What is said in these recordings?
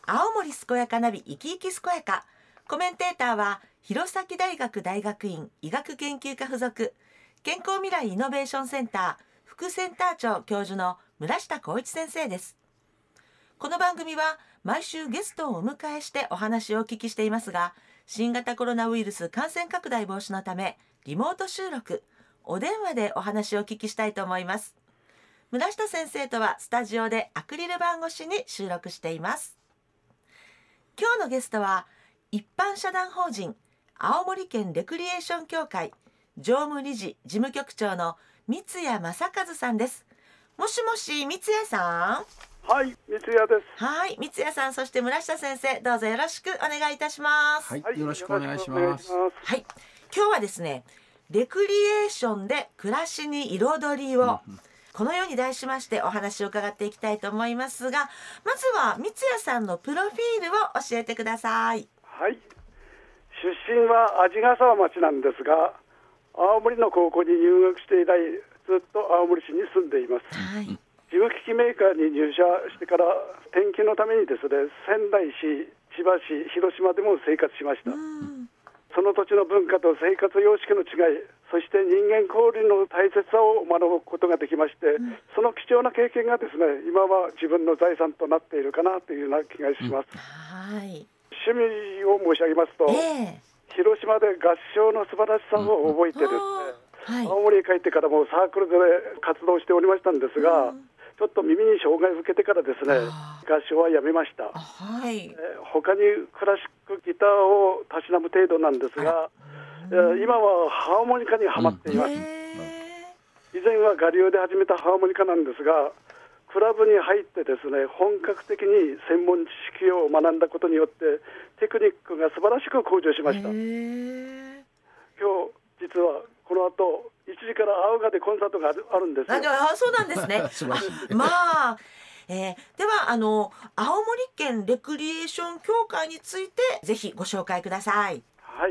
青森健やかナビ生き生き健やか。コメンテーターは弘前大学大学院医学研究科附属健康未来イノベーションセンター副センター長教授の村下浩一先生です。この番組は毎週ゲストをお迎えしてお話をお聞きしていますが、新型コロナウイルス感染拡大防止のためリモート収録、お電話でお話をお聞きしたいと思います。村下先生とはスタジオでアクリル板越しに収録しています。今日のゲストは一般社団法人青森県レクリエーション協会常務理事事務局長の三谷正和さんです。もしもし、三谷さん。 はい、三谷です。 はい、三谷さん、そして村下先生、どうぞよろしくお願いいたします。 はい、よろしくお願いします。 はい、今日はですね、レクリエーションで暮らしに彩りを、このように題しましてお話を伺っていきたいと思いますが、まずは三谷さんのプロフィールを教えてください。 はい、出身は鰺ヶ沢町なんですが、青森の高校に入学して以来ずっと青森市に住んでいます。 はい、 事務機器メーカーに入社してから転勤のためにですね、仙台市、千葉市、広島でも生活しました。その土地の文化と生活様式の違い、そして人間交流の大切さを学ぶことができまして、その貴重な経験がですね、今は自分の財産となっているかなというような気がします。 はい、 趣味を申し上げますと、広島で合唱の素晴らしさを覚えてですね、青森に帰ってからもサークルで活動しておりましたんですが、ちょっと耳に障害を受けてからですね、合唱はやめました。 はい、 他にクラシックギターをたしなむ程度なんですが、今はハーモニカにはまっています。以前は我流で始めたハーモニカなんですが、クラブに入ってですね、本格的に専門知識を学んだことによってテクニックが素晴らしく向上しました。今日実はこの後1時から青ヶでコンサートがあるんですよ。 そうなんですね。まあ、では青森県レクリエーション協会についてぜひご紹介ください。 はい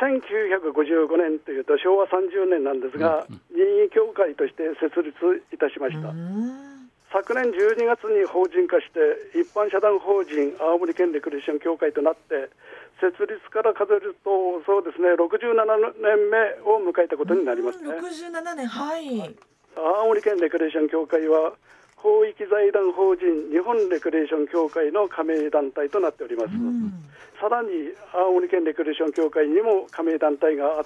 、1955年というと昭和30年なんですが、任意協会として設立いたしました。昨年12月に法人化して一般社団法人青森県レクリエーション協会となって、設立から数えるとそうですね、67年目を迎えたことになりますね。 67年、はい。 青森県レクリエーション協会は公益財団法人日本レクリエーション協会の加盟団体となっております。さらに青森県レクリエーション協会にも加盟団体があって、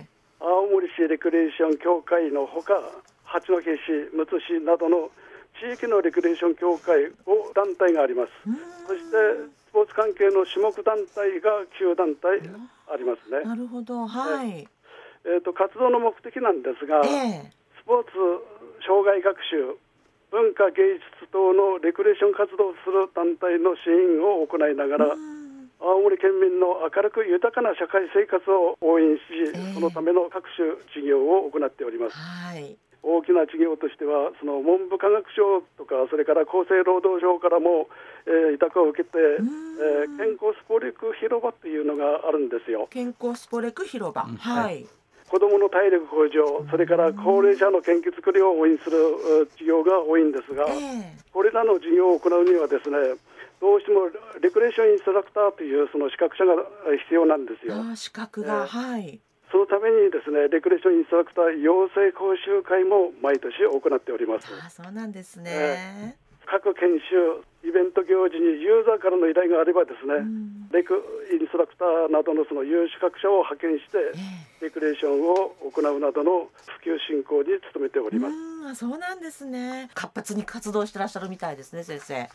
青森市レクリエーション協会のほか八戸市、むつ市などの地域のレクリエーション協会団体があります。そしてスポーツ関係の種目団体が9団体ありますね。 なるほど、はい。 活動の目的なんですが、スポーツ、障害学習、文化芸術等のレクリエーション活動をする団体の支援を行いながら、青森県民の明るく豊かな社会生活を応援し、そのための各種事業を行っております。大きな事業としてはその文部科学省とか、それから厚生労働省からも、委託を受けて、健康スポレク広場というのがあるんですよ。 健康スポレク広場、はい。 子どもの体力向上、それから高齢者の元気づくりを応援する事業が多いんですが、これらの事業を行うにはですね、どうしてもレクリエーションインストラクターというその資格者が必要なんですよ。 資格が、はい。 そのためにですね、レクリエーションインストラクター養成講習会も毎年行っております。 そうなんですね。 各研修、イベント行事にユーザーからの依頼があればですね、レクインストラクターなどのその有資格者を派遣して、レクリエーションを行うなどの普及振興に努めております。 そうなんですね。活発に活動してらっしゃるみたいですね、先生。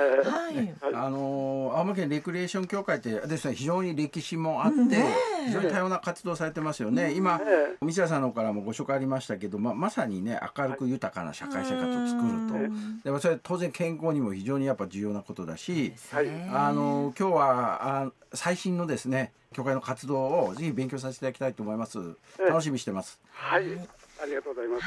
青森県レクリエーション協会ってですね、非常に歴史もあって、非常に多様な活動されてますよね。今、三谷さんの方からもご紹介ありましたけど、まさにね、明るく豊かな社会生活を作ると。でもそれ当然健康にも非常にやっぱ重要なことだし、今日は最新のですね、協会の活動をぜひ勉強させていただきたいと思います。楽しみにしてます。 はい、ありがとうございます。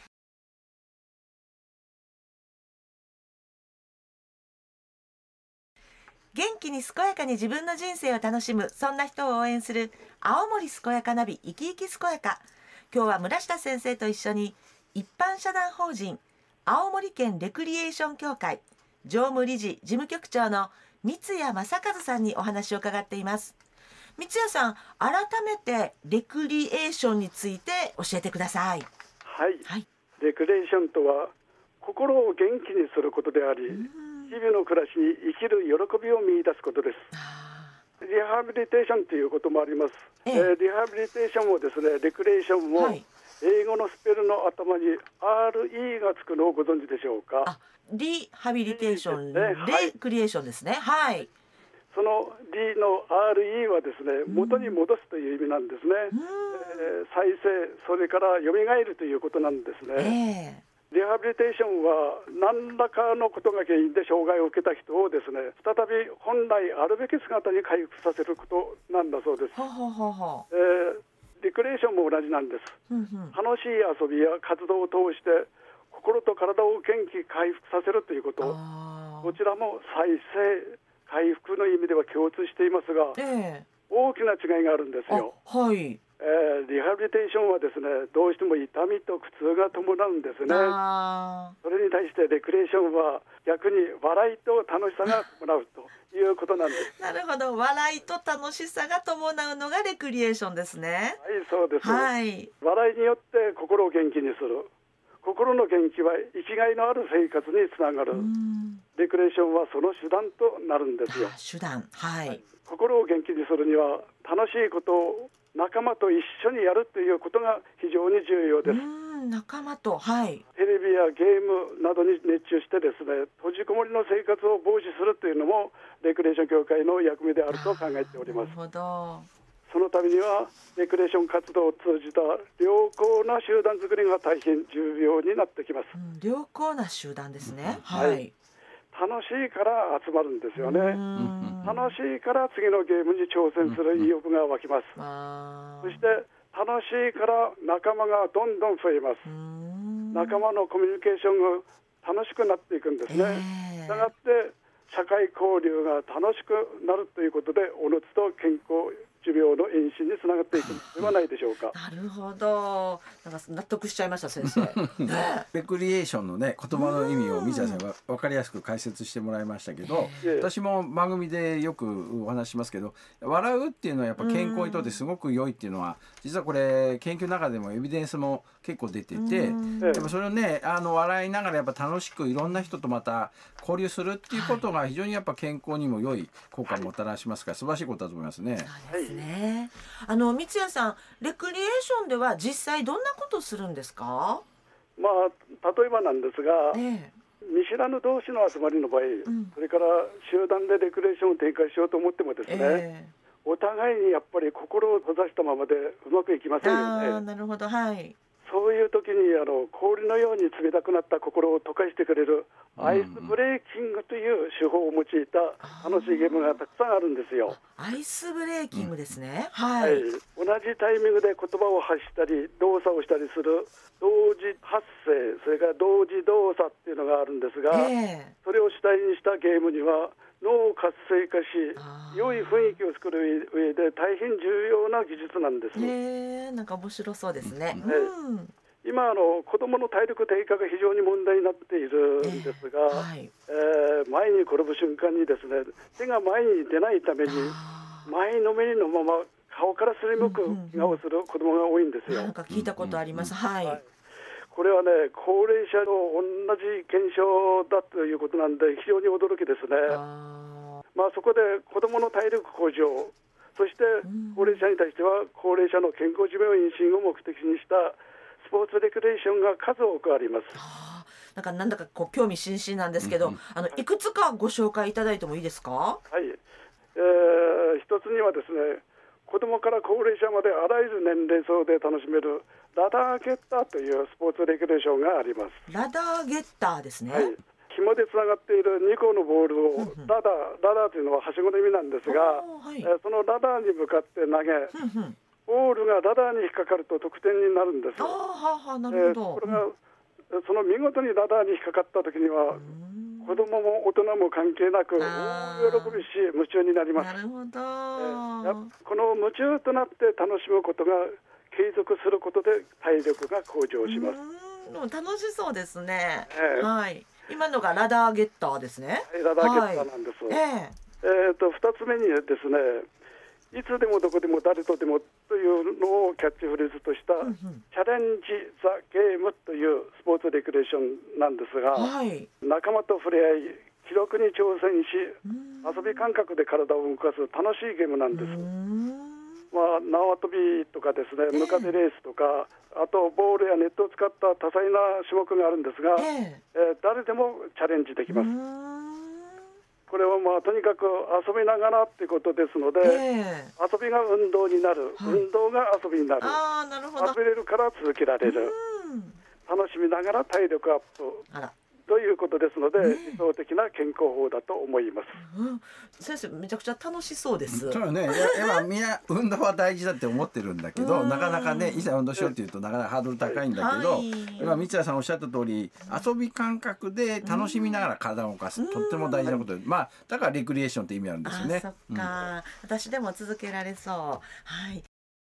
元気に健やかに自分の人生を楽しむ、そんな人を応援する青森健やかナビ生き生き健やか。今日は村下先生と一緒に一般社団法人青森県レクリエーション協会常務理事事務局長の三谷正和さんにお話を伺っています。三谷さん、改めてレクリエーションについて教えてください。 はい、はい、レクリエーションとは心を元気にすることであり、日々の暮らしに生きる喜びを見出すことです。リハビリテーションということもあります。リハビリテーションもですね、レクリエーションも、英語のスペルの頭に RE がつくのをご存知でしょうか。 リハビリテーション、レクリエーションですね。はい。 そのリの RE はですね、元に戻すという意味なんですね。再生、それから蘇るということなんですね。リハビリテーションは何らかのことが原因で障害を受けた人をですね、再び本来あるべき姿に回復させることなんだそうです。レクリエーションも同じなんです。楽しい遊びや活動を通して心と体を元気回復させるということ、こちらも再生回復の意味では共通していますが、大きな違いがあるんですよ。リハビリテーションはですね、どうしても痛みと苦痛が伴うんですね。それに対してレクリエーションは逆に笑いと楽しさが伴うということなんです。 なるほど、笑いと楽しさが伴うのがレクリエーションですね。 はい、そうです。笑いによって心を元気にする。心の元気は生きがいのある生活につながる。レクリエーションはその手段となるんですよ。 手段、はい。 心を元気にするには楽しいことを仲間と一緒にやるということが非常に重要です。 仲間と、はい。 テレビやゲームなどに熱中してですね、閉じこもりの生活を防止するというのもレクリエーション協会の役目であると考えております。 なるほど。 そのためにはレクリエーション活動を通じた良好な集団作りが大変重要になってきます。 良好な集団ですね。 はい。楽しいから集まるんですよね。楽しいから次のゲームに挑戦する意欲が湧きます。そして楽しいから仲間がどんどん増えます。仲間のコミュニケーションが楽しくなっていくんですね。したがって社会交流が楽しくなるということで、おのずと健康寿命の延伸につながっていくのではないでしょうか。 なるほど、なんか納得しちゃいました、先生。 レクリエーションのね、言葉の意味を三谷さんが分かりやすく解説してもらいましたけど、私も番組でよくお話しますけど、笑うっていうのはやっぱ健康にとってすごく良いっていうのは、実はこれ研究の中でもエビデンスも結構出てて、でもそれをね、笑いながらやっぱ楽しくいろんな人とまた交流するっていうことが非常にやっぱ健康にも良い効果をもたらしますから、素晴らしいことだと思いますね。 そうですね。三谷さん、レクリエーションでは実際どんなことをするんですか？ 例えばなんですが、見知らぬ同士の集まりの場合、それから集団でレクリエーションを展開しようと思ってもですね、お互いにやっぱり心を閉ざしたままでうまくいきませんよね。 なるほど、はい。 そういう時に氷のように冷たくなった心を溶かしてくれるアイスブレーキングという手法を用いた楽しいゲームがたくさんあるんですよ。 アイスブレーキングですね。 はい。同じタイミングで言葉を発したり動作をしたりする同時発声、それから同時動作っていうのがあるんですが、それを主体にしたゲームには脳を活性化し、良い雰囲気を作る上で大変重要な技術なんです。 なんか面白そうですね。 今子どもの体力低下が非常に問題になっているんですが、前に転ぶ瞬間にですね、手が前に出ないために前のめりのまま顔からすりむく怪我をする子どもが多いんですよ。 なんか聞いたことあります。はい。 これはね、高齢者と同じ現象だということなんで非常に驚きですね。そこで子どもの体力向上、そして高齢者に対しては高齢者の健康寿命延伸を目的にしたスポーツレクリエーションが数多くあります。 なんだか興味津々なんですけど、いくつかご紹介いただいてもいいですか？ はい。一つにはですね、子どもから高齢者まであらゆる年齢層で楽しめるラダーゲッターというスポーツレクリエーションがあります。 ラダーゲッターですね。 紐でつながっている2個のボールをラダーというのははしごの意味なんですが、そのラダーに向かって投げ、ボールがラダーに引っかかると得点になるんです。 なるほど。 これがその見事にラダーに引っかかった時には子供も大人も関係なく大喜びし夢中になります。 なるほど。 この夢中となって楽しむことが継続することで体力が向上します。 楽しそうですね。はい。 今のがラダーゲッターですね。 ラダーゲッターなんです。2つ目にですね、いつでもどこでも誰とでもというのをキャッチフレーズとした、チャレンジ・ザ・ゲームというスポーツレクレーションなんですが、仲間と触れ合い記録に挑戦し、遊び感覚で体を動かす楽しいゲームなんです。縄跳びとかですね、ムカデレースとか、あとボールやネットを使った多彩な種目があるんですが、誰でもチャレンジできます。これはとにかく遊びながらってことですので、遊びが運動になる、運動が遊びになる、遊べれるから続けられる、楽しみながら体力アップということですので、理想的な健康法だと思います。 先生めちゃくちゃ楽しそうです。 そうね、みんな運動は大事だって思ってるんだけど、なかなかね、いざ運動しようっていうとなかなかハードル高いんだけど、今三谷さんおっしゃった通り、遊び感覚で楽しみながら体を動かす、とっても大事なことで、だからレクリエーションって意味あるんですよね。 そっか、私でも続けられそう。はい。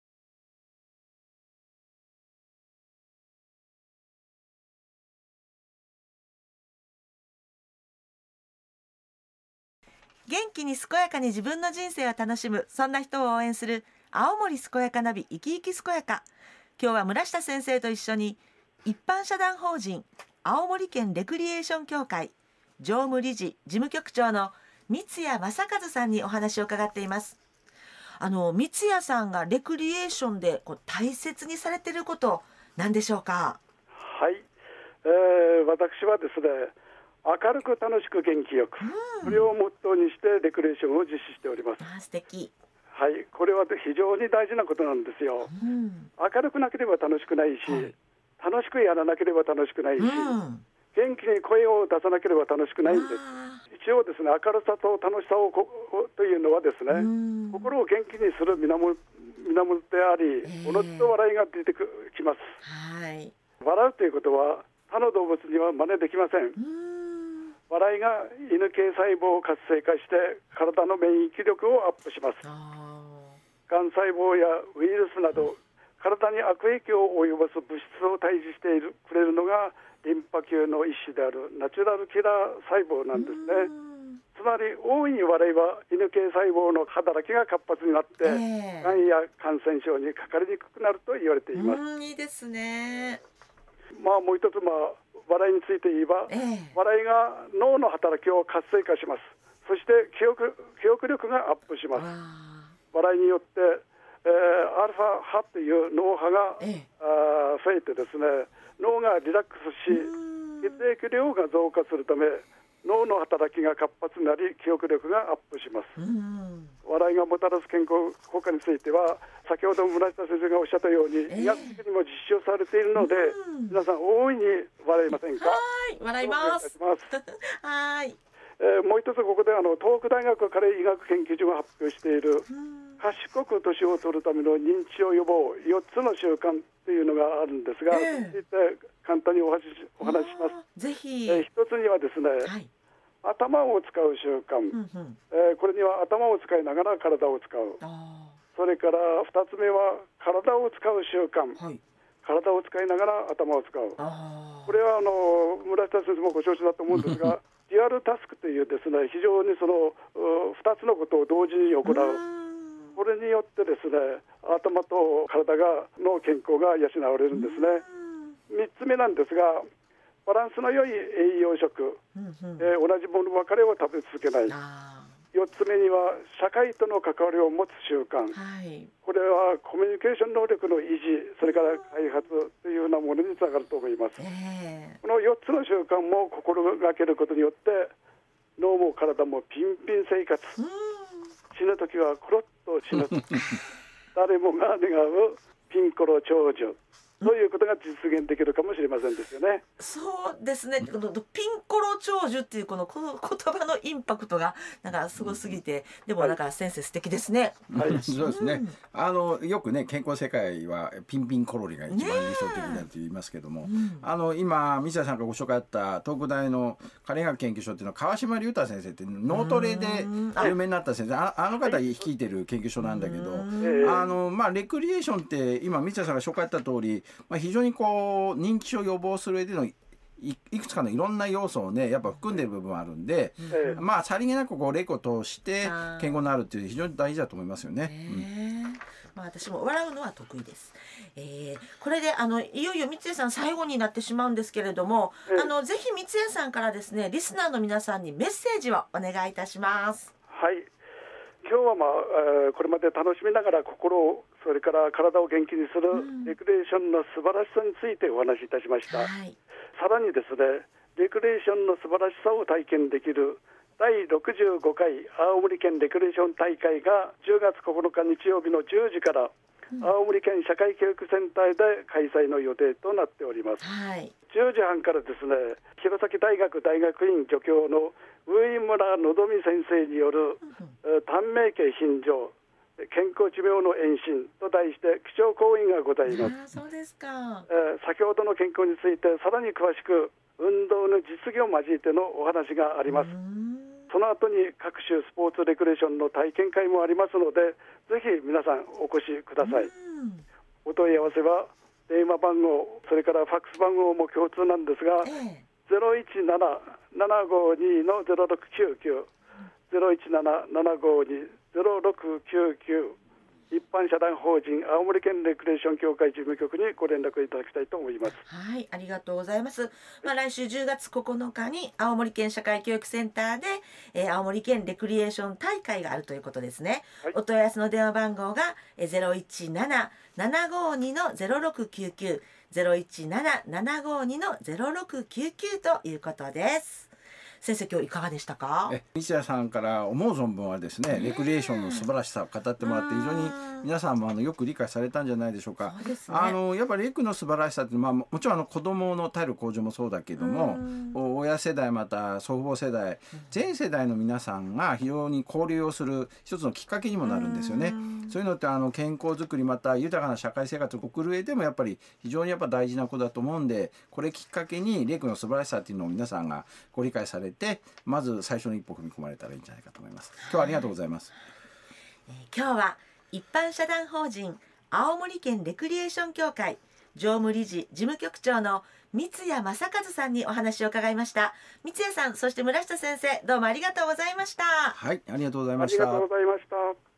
元気に健やかに自分の人生を楽しむ、そんな人を応援する青森健やかナビ、生き生き健やか。今日は村下先生と一緒に一般社団法人青森県レクリエーション協会常務理事事務局長の三谷正和さんにお話を伺っています。三谷さんがレクリエーションで大切にされていること何でしょうか。 はい、私はですね、明るく楽しく元気よく、それをモットーにしてレクリエーションを実施しております。 素敵。 はい、これは非常に大事なことなんですよ。明るくなければ楽しくないし、楽しくやらなければ楽しくないし、元気に声を出さなければ楽しくないんです。一応ですね、明るさと楽しさをというのはですね、心を元気にする源であり、おのずと笑いが出てきます。笑うということは他の動物には真似できません。笑いが犬系細胞を活性化して体の免疫力をアップします。がん細胞やウイルスなど体に悪影響を及ぼす物質を退治してくれるのがリンパ球の一種であるナチュラルキラー細胞なんですね。つまり大いに笑いは犬系細胞の働きが活発になって、がんや感染症にかかりにくくなると言われています。 いいですね。 もう一つ笑いについて言えば、笑いが脳の働きを活性化します。そして記憶力がアップします。笑いによってアルファ波という脳波が増えてですね、脳がリラックスし血液量が増加するため脳の働きが活発になり記憶力がアップします。笑いがもたらす健康効果については先ほど村下先生がおっしゃったように医学的にも実証されているので、皆さん大いに笑いませんか。 笑います。はい。 もう一つここで東北大学カレー医学研究所が発表している賢く年を取るための認知症予防4つの習慣というのがあるんですが、簡単にお話しします。 ぜひ。 一つにはですね、頭を使う習慣、これには頭を使いながら体を使う。それから2つ目は体を使う習慣、体を使いながら頭を使う。これは村下先生もご承知だと思うんですがデュアルタスクというですね、非常にその2つのことを同時に行う。これによってですね、頭と体の健康が養われるんですね。3つ目なんですが、バランスの良い栄養食、同じものばかりを食べ続けない。4つ目には社会との関わりを持つ習慣、これはコミュニケーション能力の維持、それから開発というようなものにつながると思います。この4つの習慣も心がけることによって脳も体もピンピン生活、死ぬ時はコロッと死ぬ誰もが願うピンコロ長寿ということが実現できるかもしれませんですよね。 そうですね。ピンコロ長寿っていうこの言葉のインパクトがなんかすごすぎて、でもなんか先生素敵ですね。 そうですね。よくね、健康世界はピンピンコロリが一番理想的だと言いますけども、今三谷さんがご紹介あった東北大のカレー学研究所っていうのは川島隆太先生って脳トレで有名になった先生、あの方率いてる研究所なんだけど、レクリエーションって今三谷さんが紹介あった通り、非常に認知症を予防する上でのいくつかのいろんな要素をねやっぱ含んでる部分はあるんで、まあさりげなくこうレイクを通して健康になるっていう非常に大事だと思いますよね。 まあ、私も笑うのは得意です。これでいよいよ三谷さん最後になってしまうんですけれども、ぜひ三谷さんからですねリスナーの皆さんにメッセージをお願いいたします。 はい、今日は、これまで楽しみながら心をそれから体を元気にするレクリエーションの素晴らしさについてお話しいたしました。さらにですねレクリエーションの素晴らしさを体験できる第65回青森県レクリエーション大会が10月9日日曜日の10時から青森県社会教育センターで開催の予定となっております。10時半からですね弘前大学大学院助教の上井村のぞみ先生による短命系診療健康寿命の延伸と題して基調講演がございます。 そうですか。 先ほどの健康についてさらに詳しく運動の実技を交えてのお話があります。その後に各種スポーツレクリエーションの体験会もありますのでぜひ皆さんお越しください。お問い合わせは電話番号それからファックス番号も共通なんですが、017-752-0699 017-752-0699一般社団法人青森県レクリエーション協会事務局にご連絡いただきたいと思います。 はい、ありがとうございます。来週10月9日に青森県社会教育センターで、青森県レクリエーション大会があるということですね。お問い合わせの電話番号が 017-752-0699 017-752-0699ということです。先生今日いかがでしたか？ 西谷さんから思う存分はですねレクリエーションの素晴らしさを語ってもらって非常に皆さんもよく理解されたんじゃないでしょうか。 そうですね、 やっぱりレクの素晴らしさって、もちろん子どもの体力向上もそうだけども親世代また祖父母世代全世代の皆さんが非常に交流をする一つのきっかけにもなるんですよね。そういうのって健康づくりまた豊かな社会生活を送る上でもやっぱり非常に大事なことだと思うんでこれきっかけにレクの素晴らしさっていうのを皆さんがご理解されてまず最初の一歩踏み込まれたらいいんじゃないかと思います。今日はありがとうございます。 今日は一般社団法人青森県レクリエーション協会常務理事事務局長の三谷正和さんにお話を伺いました。三谷さんそして村下先生どうもありがとうございました。 はい、ありがとうございました。 ありがとうございました。